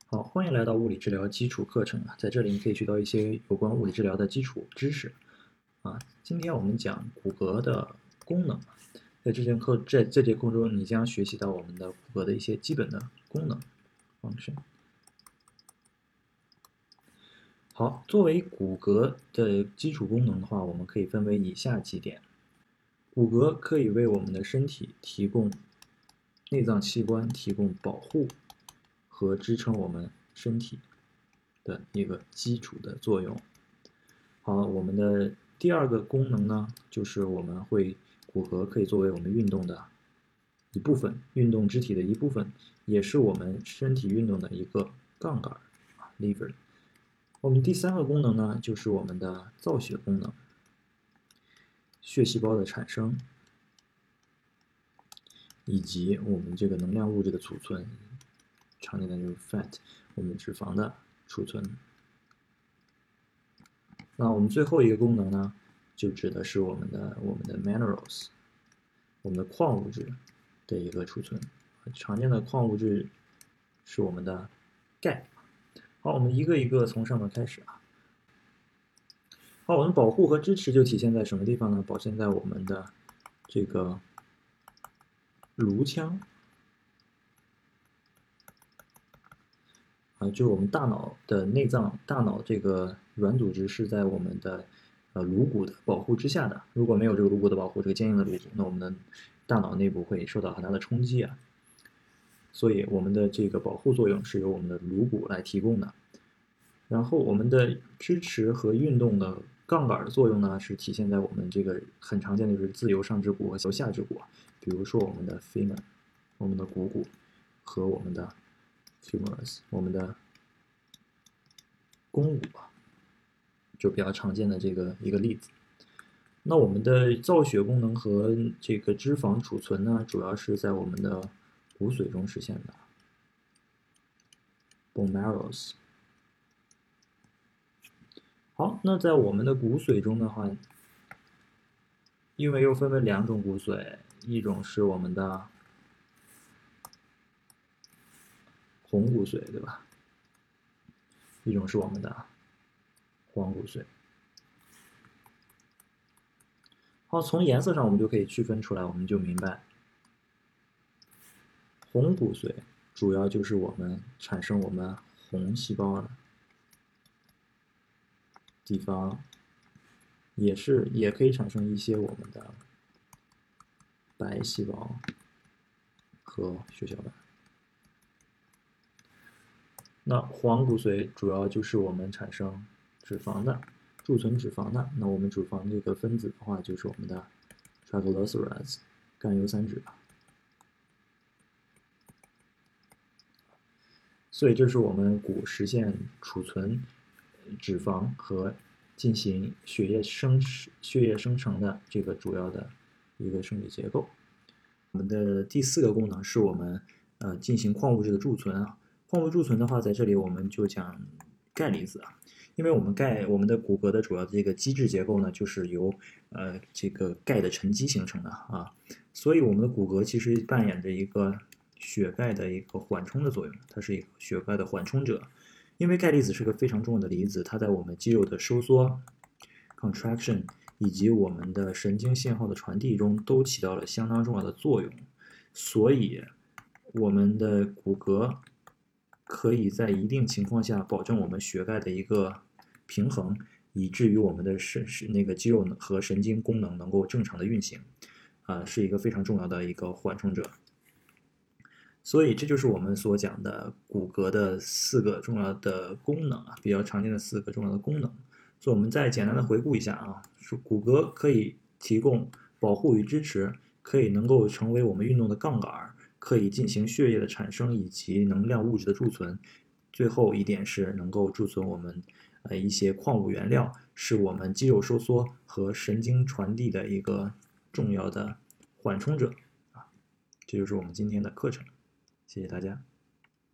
好，欢迎来到物理治疗基础课程啊，在这里你可以学到一些有关物理治疗的基础知识啊。今天我们讲骨骼的功能，在这节课中，你将学习到我们的骨骼的一些基本的功能 function。好，作为骨骼的基础功能的话，我们可以分为以下几点：骨骼可以为我们的身体提供内脏器官提供保护和支撑我们身体的一个基础的作用。好，我们的第二个功能呢，就是骨骼可以作为我们运动的一部分，运动肢体的一部分，也是我们身体运动的一个杠杆，lever。我们第三个功能呢，就是我们的造血功能，血细胞的产生，以及我们这个能量物质的储存，常见的就是 fat， 我们脂肪的储存。那我们最后一个功能呢，就指的是我们的 minerals， 我们的矿物质的一个储存。常见的矿物质是我们的钙。好，我们一个一个从上面开始啊。好，我们保护和支持就体现在什么地方呢？表现在我们的这个颅腔就是我们大脑的内脏，大脑这个软组织是在我们的颅骨的保护之下的。如果没有这个颅骨的保护，这个坚硬的颅骨，那我们的大脑内部会受到很大的冲击啊。所以我们的这个保护作用是由我们的颅骨来提供的。然后我们的支持和运动的杠杆的作用呢，是体现在我们这个很常见的就是自由上肢骨和下肢骨，比如说我们的 femur， 我们的股骨和我们的 humerus， 我们的肱骨就比较常见的这个一个例子。那我们的造血功能和这个脂肪储存呢，主要是在我们的骨髓中实现的 bone marrows。好，那在我们的骨髓中的话，因为又分为两种骨髓，一种是我们的红骨髓，对吧？一种是我们的黄骨髓。好，从颜色上我们就可以区分出来，我们就明白，红骨髓主要就是我们产生我们红细胞的地方，也可以产生一些我们的白细胞和血小板。那黄骨髓主要就是我们产生脂肪的，贮存脂肪的。那我们脂肪这个分子的话，就是我们的 triglycerides 甘油三酯。所以这是我们骨实现储存脂肪和进行血液生成的这个主要的一个生理结构。我们的第四个功能是我们进行矿物质的贮存啊。矿物质贮存的话，在这里我们就讲钙离子啊，因为我们的骨骼的主要的这个基质结构呢，就是由这个钙的沉积形成的啊，所以我们的骨骼其实扮演着一个血钙的一个缓冲的作用，它是一个血钙的缓冲者。因为钙离子是个非常重要的离子，它在我们肌肉的收缩 contraction 以及我们的神经信号的传递中都起到了相当重要的作用，所以我们的骨骼可以在一定情况下保证我们血钙的一个平衡，以至于我们的那个肌肉和神经功能能够正常的运行，是一个非常重要的一个缓冲者。所以这就是我们所讲的骨骼的四个重要的功能啊，比较常见的四个重要的功能。所以我们再简单的回顾一下啊，说骨骼可以提供保护与支持，可以能够成为我们运动的杠杆，可以进行血液的产生以及能量物质的贮存。最后一点是能够贮存我们一些矿物原料，是我们肌肉收缩和神经传递的一个重要的缓冲者啊。这就是我们今天的课程。谢谢大家。